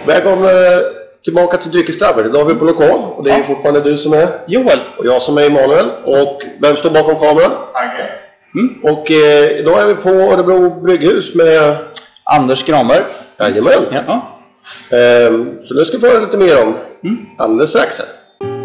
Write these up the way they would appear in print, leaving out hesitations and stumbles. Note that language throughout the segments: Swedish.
Välkommen tillbaka till Dryckesdrabber. Idag är vi på lokal och det är fortfarande du som är Joel och jag som är Emanuel. Och vem står bakom kameran? Agge. Och idag är vi på Örebro Brygghus med Anders Granberg. Jajamän. Ja. Så det ska vi få höra lite mer om alldeles strax här.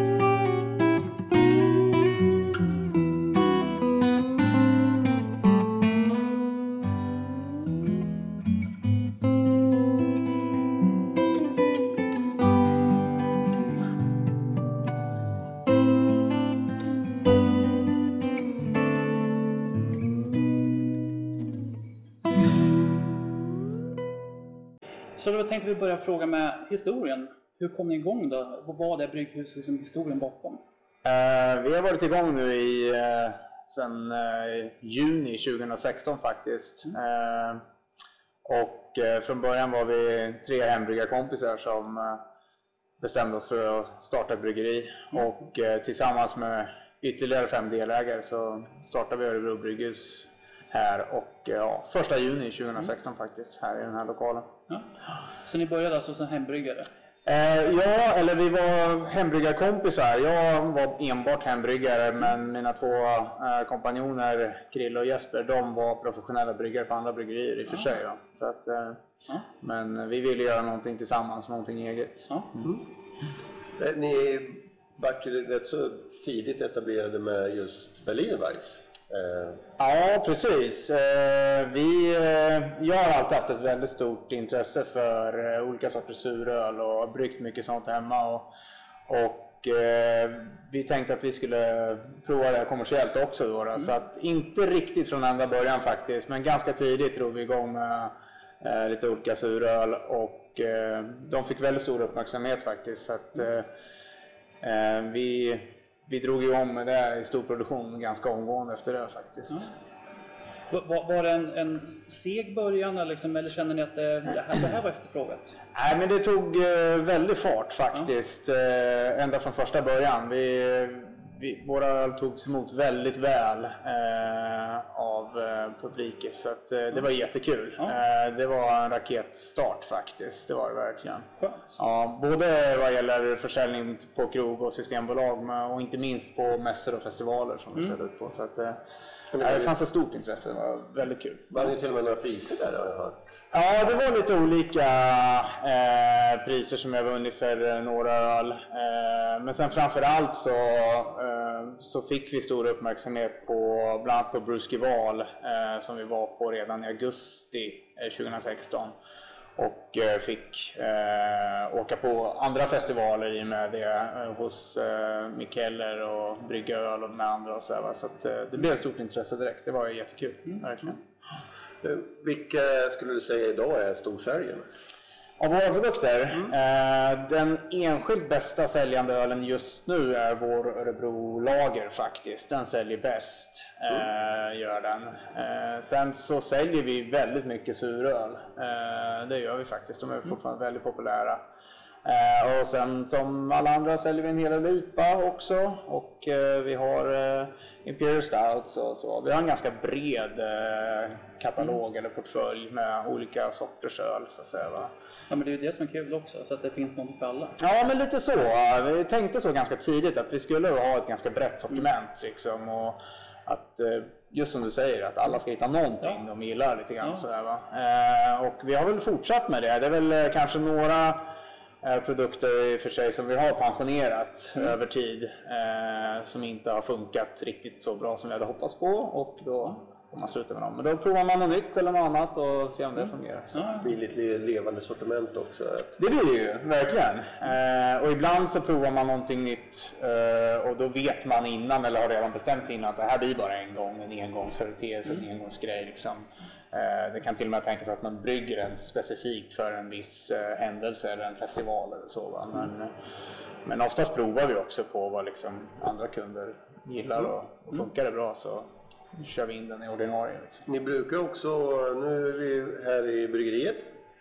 Så då tänkte vi börja fråga med historien. Hur kom ni igång då? Vad var det brygghuset, liksom historien bakom? Vi har varit igång nu sedan juni 2016 faktiskt. Och från början var vi 3 hembryggarkompisar som bestämde oss för att starta ett bryggeri. Och tillsammans med ytterligare 5 delägare så startade vi Örebro Brygghus här och 1 juni 2016 faktiskt här i den här lokalen. Ja. Så ni började alltså som hembryggare? Ja, eller vi var hembryggarkompisar. Jag var enbart hembryggare, men mina 2 kompanjoner, Krille och Jesper, de var professionella bryggare på andra bryggerier i och för sig. Ja. Så att, men vi ville göra någonting tillsammans, någonting eget. Ja. Ni var ju rätt så tidigt etablerade med just Berlinerweiss. Ja, precis. Jag har alltid haft ett väldigt stort intresse för olika sorters suröl och har bryggt mycket sånt hemma. Och vi tänkte att vi skulle prova det kommersiellt också då. Så att inte riktigt från enda början faktiskt, men ganska tidigt drog vi igång med lite olika suröl. Och de fick väldigt stor uppmärksamhet faktiskt. Så att vi drog igång med det i stor produktion ganska omgående efter det faktiskt. Var det en seg början eller känner ni att det här var efterfrågat? Nej, men det tog väldigt fart faktiskt, ända från första början. Våra öl togs emot väldigt väl av publiken, så att, det var jättekul. Det var en raketstart faktiskt, det var det verkligen. Ja, både vad gäller försäljning på krog och systembolag och inte minst på mässor och festivaler som vi ställde ut på. Så att, det fanns ett stort intresse, det var väldigt kul. Var det till och med några priser där har jag hört? Ja, det var lite olika priser som jag vunnit för några öl. Men sen framförallt så fick vi stor uppmärksamhet på bland annat på Bruskeval som vi var på redan i augusti 2016. Och fick åka på andra festivaler i och med det hos Mikkeller och brygga öl och med andra och så att det blev ett stort intresse direkt. Det var jättekul, verkligen. Vilka skulle du säga idag är storsäljarna? Av våra produkter, den enskilt bästa säljande ölen just nu är vår Örebro Lager faktiskt. Den säljer bäst, gör den. Sen så säljer vi väldigt mycket suröl. Det gör vi faktiskt, de är fortfarande väldigt populära. Och sen som alla andra säljer vi en hel del IPA också. Och vi har Imperial Stouts och så. Vi har en ganska bred katalog eller portfölj med olika sorters öl så att säga, va? Ja, men det är ju det som är kul också, så att det finns något för alla. Ja, men lite så. Vi tänkte så ganska tidigt att vi skulle ha ett ganska brett sortiment liksom, och att just som du säger att alla ska hitta någonting de gillar lite grann så här, va? Och vi har väl fortsatt med det. Det är väl kanske några produkter i och för sig som vi har pensionerat över tid som inte har funkat riktigt så bra som vi hade hoppats på, och då får man sluta med dem. Men då provar man något nytt eller något annat och ser om det fungerar. Så. Det blir lite levande sortiment också. Det blir det ju, verkligen. Och ibland så provar man någonting nytt och då vet man innan eller har redan bestämt sig innan att det här blir bara en gång, en engångsföreteelse, en engångsgrej liksom. Det kan till och med tänkas att man brygger den specifikt för en viss händelse eller en festival eller så. Va? Men oftast provar vi också på vad liksom andra kunder gillar och funkar det bra så kör vi in den i ordinarie. Liksom. Ni brukar också, nu är vi här i bryggeriet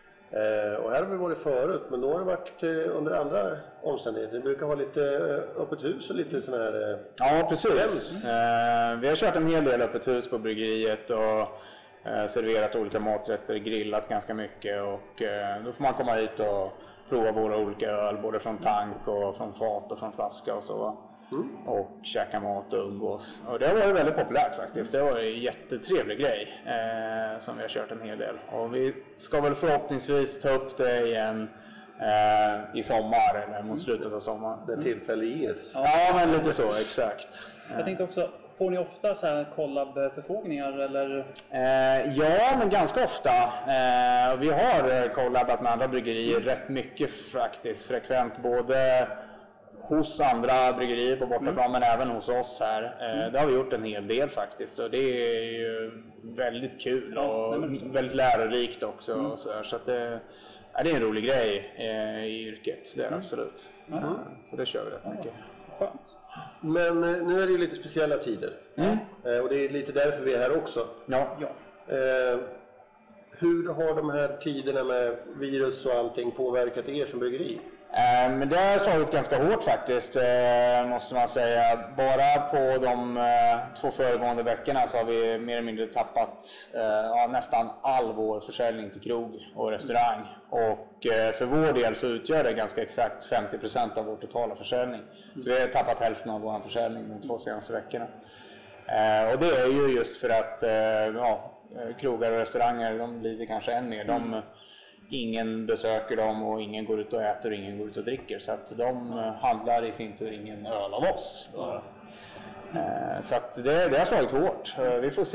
och här har vi varit förut, men då har det varit under andra omständigheter. Ni brukar ha lite öppet hus och lite sån här... Ja, precis. Vi har kört en hel del öppet hus på bryggeriet och serverat olika maträtter, grillat ganska mycket och då får man komma hit och prova våra olika öl, både från tank och från fat och från flaska och så. Och käka mat och umgås. Och det har varit väldigt populärt faktiskt. Det var en jättetrevlig grej som vi har kört en hel del. Och vi ska väl förhoppningsvis ta upp det igen i sommar eller mot slutet av sommaren. Det tillfälle ges. Ja, men lite så, exakt. Jag tänkte också, får ni ofta så här collab-förfrågningar eller? Ja, men ganska ofta. Vi har collabat med andra bryggerier rätt mycket faktiskt, frekvent. Både hos andra bryggerier på bortaplan men även hos oss här. Det har vi gjort en hel del faktiskt. Och det är ju väldigt kul och väldigt lärorikt också. Så att det är en rolig grej i yrket, det är absolut. Så det kör vi rätt mycket. Skönt. Men nu är det ju lite speciella tider. Och det är lite därför vi är här också. Ja. Hur har de här tiderna med virus och allting påverkat er som bryggeri? Men det har slagit ganska hårt faktiskt, måste man säga. Bara på de 2 föregående veckorna så har vi mer eller mindre tappat nästan all vår försäljning till krog och restaurang. Och för vår del så utgör det ganska exakt 50% av vår totala försäljning. Så vi har tappat hälften av vår försäljning de 2 senaste veckorna. Och det är ju just för att krogar och restauranger, de lider kanske än mer. Ingen besöker dem och ingen går ut och äter och ingen går ut och dricker. Så att de handlar i sin tur ingen öl av oss. Så att det har slagit hårt. Vi får se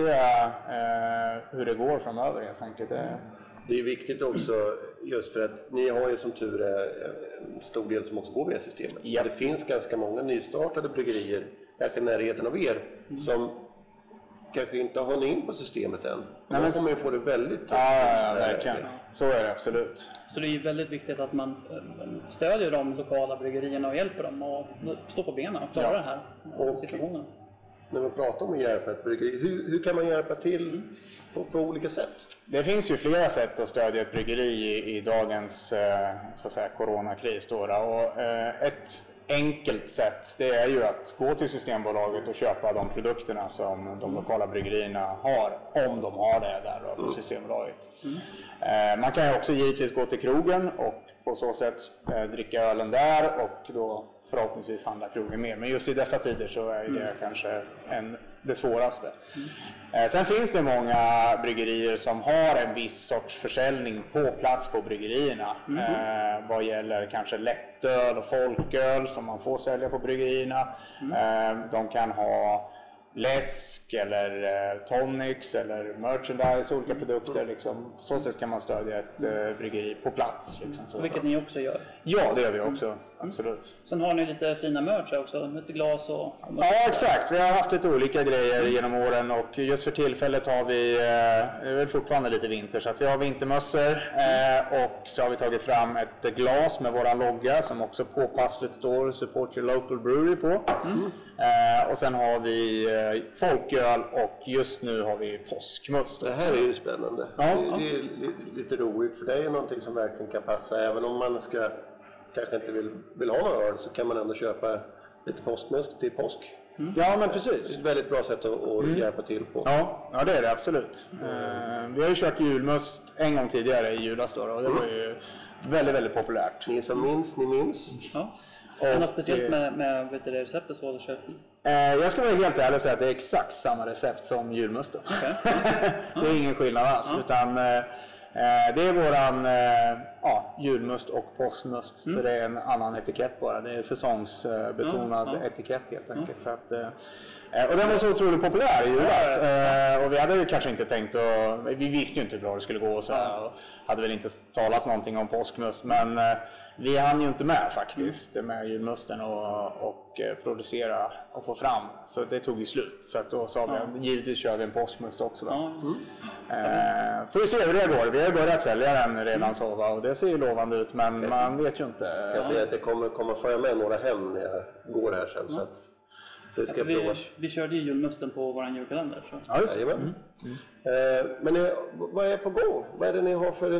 hur det går framöver helt enkelt. Det är viktigt också just för att ni har ju som tur är en stor del som också går via systemet. Ja. Det finns ganska många nystartade bryggerier, kanske i närheten av er, som kanske inte har hunnit in på systemet än. Då kommer man få det väldigt tufft. Ja, verkligen. Så är det absolut. Så det är ju väldigt viktigt att man stödjer de lokala bryggerierna och hjälper dem och stå på benen och klara den här situationen. När man pratar om att hjälpa ett bryggeri, hur kan man hjälpa till på olika sätt? Det finns ju flera sätt att stödja ett bryggeri i dagens så att säga, coronakris. Och ett enkelt sätt, det är ju att gå till Systembolaget och köpa de produkterna som de lokala bryggerierna har, om de har det där på Systembolaget. Man kan ju också givetvis gå till krogen och på så sätt dricka ölen där och då förhoppningsvis handla krogen mer. Men just i dessa tider så är det kanske det svåraste. Sen finns det många bryggerier som har en viss sorts försäljning på plats på bryggerierna. Vad gäller kanske lättöl och folköl som man får sälja på bryggerierna. De kan ha läsk eller tonics eller merchandise, olika produkter. Liksom. På så sätt kan man stödja ett bryggeri på plats. Liksom, vilket ni också gör. Ja, det gör vi också. Absolut. Sen har ni lite fina merch också, lite glas och ja, exakt. Vi har haft lite olika grejer genom åren och just för tillfället har vi, det är väl fortfarande lite vinter, så att vi har vintermössor och så har vi tagit fram ett glas med våran logga som också påpassligt står Support Your Local Brewery på. Och sen har vi folköl och just nu har vi påskmust. Det här är ju spännande. Det är lite roligt för det är någonting som verkligen kan passa. Även om man kanske inte vill ha någon öl så kan man ändå köpa lite påskmust till påsk. Ja, men precis. Det är ett väldigt bra sätt att hjälpa till på. Ja, det är det absolut. Vi har ju kört julmust en gång tidigare i julas då, och det var ju väldigt, väldigt populärt. Ni som minns, ni minns. Ja. Och något speciellt med receptet så du köpt? Jag ska vara helt ärlig och säga att det är exakt samma recept som julmust då. Det är ingen skillnad alls, utan det är våran julmust och påskmust, så det är en annan etikett bara. Det är säsongsbetonad etikett helt enkelt. Så att, och den var så otroligt populär i julas. Och vi hade ju kanske inte tänkt vi visste ju inte hur bra det skulle gå så här, och hade väl inte talat någonting om påskmust, men vi hann ju inte med faktiskt med julmusten och producera och få fram, så det tog ju slut. Så att då sa vi givetvis kör vi en påskmust också. Får vi se hur det går. Vi har börjat sälja den redan så, och det ser ju lovande ut, men man vet ju inte. Jag kan säga att det kommer följa med några hem när jag går här sen, så att det ska provas. Vi körde ju julmusten på våran julkalender. Så. Ja, just det. Men vad är på gång? Vad är det ni har för...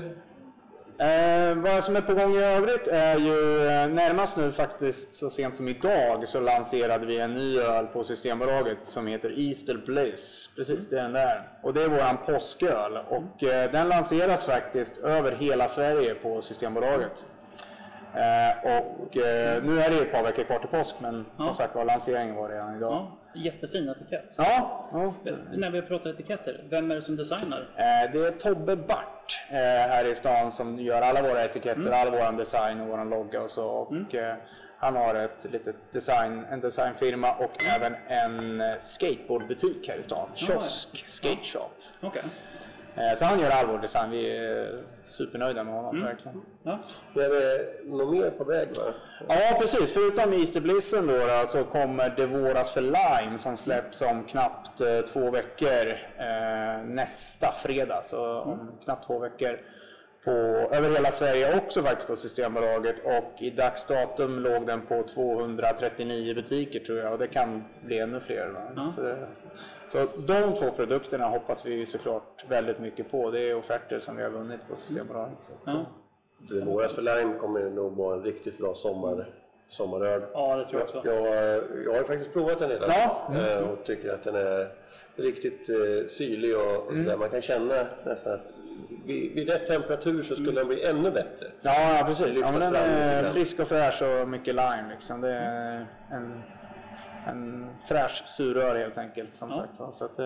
Vad som är på gång i övrigt är ju närmast nu faktiskt, så sent som idag så lanserade vi en ny öl på Systembolaget som heter Easter Bliss. Precis, det är den där. Och det är våran påsköl och den lanseras faktiskt över hela Sverige på Systembolaget. Nu är det ett par veckor kvar till påsk, men som sagt var, lanseringen var redan idag. Ja, jättefin etikett. Ja. När vi pratar etiketter, vem är det som designar? Det är Tobbe Bart här i stan som gör alla våra etiketter, all vår design och vår logga och så. Och, han har ett litet en designfirma och även en skateboardbutik här i stan. Kiosk, skate shop. Okay. Så han gör all vår design. Vi är supernöjda med honom, verkligen. Ja. Men är det något mer på väg, va? Ja, precis. Förutom Easter Blissen då, så kommer Det våras för Lime som släpps om knappt 2 veckor nästa fredag. Så om knappt 2 veckor över hela Sverige, också faktiskt på Systembolaget, och i dagsdatum låg den på 239 butiker tror jag, och det kan bli ännu fler. Va? Så de 2 produkterna hoppas vi såklart väldigt mycket på. Det är offerter som vi har vunnit på Systembolaget. Så. Det våras för Lime kommer nog vara en riktigt bra sommaröl. Ja, det tror jag också. Jag har faktiskt provat den redan och tycker att den är riktigt syrlig och sådär. Man kan känna nästan att vid rätt temperatur så skulle den bli ännu bättre. Ja, precis. Ja, men den är frisk och fräsch och mycket lime liksom. Det är en fräsch suröl helt enkelt, som sagt. Så att,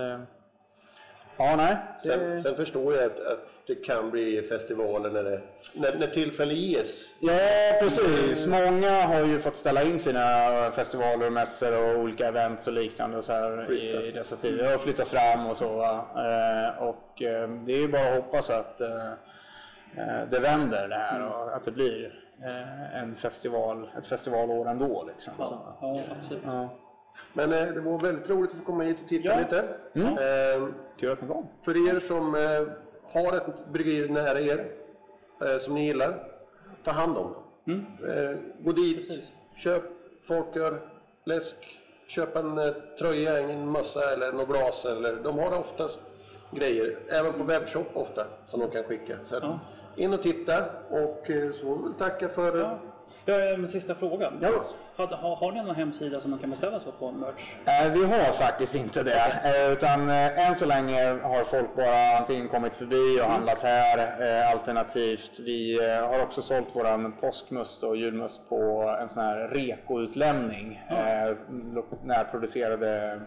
Sen förstår jag att det kan bli festivaler när tillfälle ges. Ja, precis. Många har ju fått ställa in sina festivaler och mässor och olika events och liknande och så här i dessa tider och flyttas fram och så. Och det är ju bara att hoppas att det vänder det här och att det blir ett festivalår ändå liksom. Ja, absolut. Ja. Men det var väldigt roligt att få komma hit och titta lite. Kul att ni kom. För er som har ett bryggeri nära er som ni gillar, ta hand om dem. Gå dit, köp folköl, läsk, köp en tröja, en mössa eller något glas. Eller, de har oftast grejer, även på webbshop ofta, som de kan skicka. Så att, in och titta, och så får vi tacka för... Men sista frågan. Yes. Har ni någon hemsida som man kan beställa så på merch? Vi har faktiskt inte det, utan än så länge har folk bara antingen kommit förbi och handlat här, alternativt vi har också sålt våran påskmust och julmust på en sån här rekoutlämning, närproducerade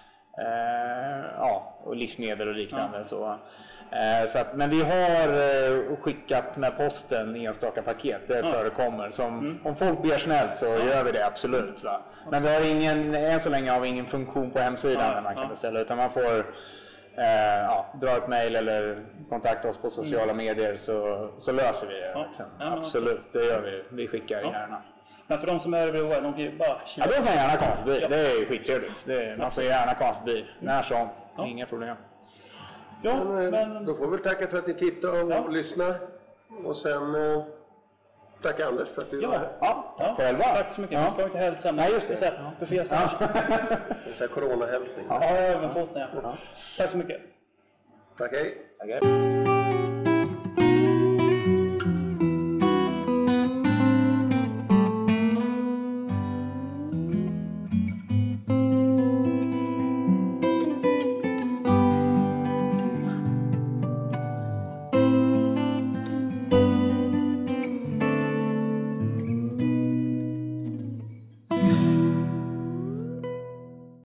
och livsmedel och liknande. Så att, men vi har skickat med posten enstaka paket, det förekommer. Så om folk ber snällt så gör vi det absolut. Va? Men vi har än så länge har vi ingen funktion på hemsidan där man kan beställa, utan man får dra ett mejl eller kontakta oss på sociala medier så löser vi det. Liksom. Absolut, det gör vi. Vi skickar gärna. Men för de som är över de kan ju bara kika. Ja, de kan gärna komma förbi. Det är skittrevligt. Man får gärna komma förbi. När som. Inga problem. Men då får vi väl tacka för att ni tittar och lyssnar. Och sen tacka Anders för att du var här. Själva. Tack så mycket. Man ska inte hälsa. Nej, just det. Buffé snart. Det är coronahälsning. Ja, jag har fått det. Tack så mycket. Tack, hej. Tack.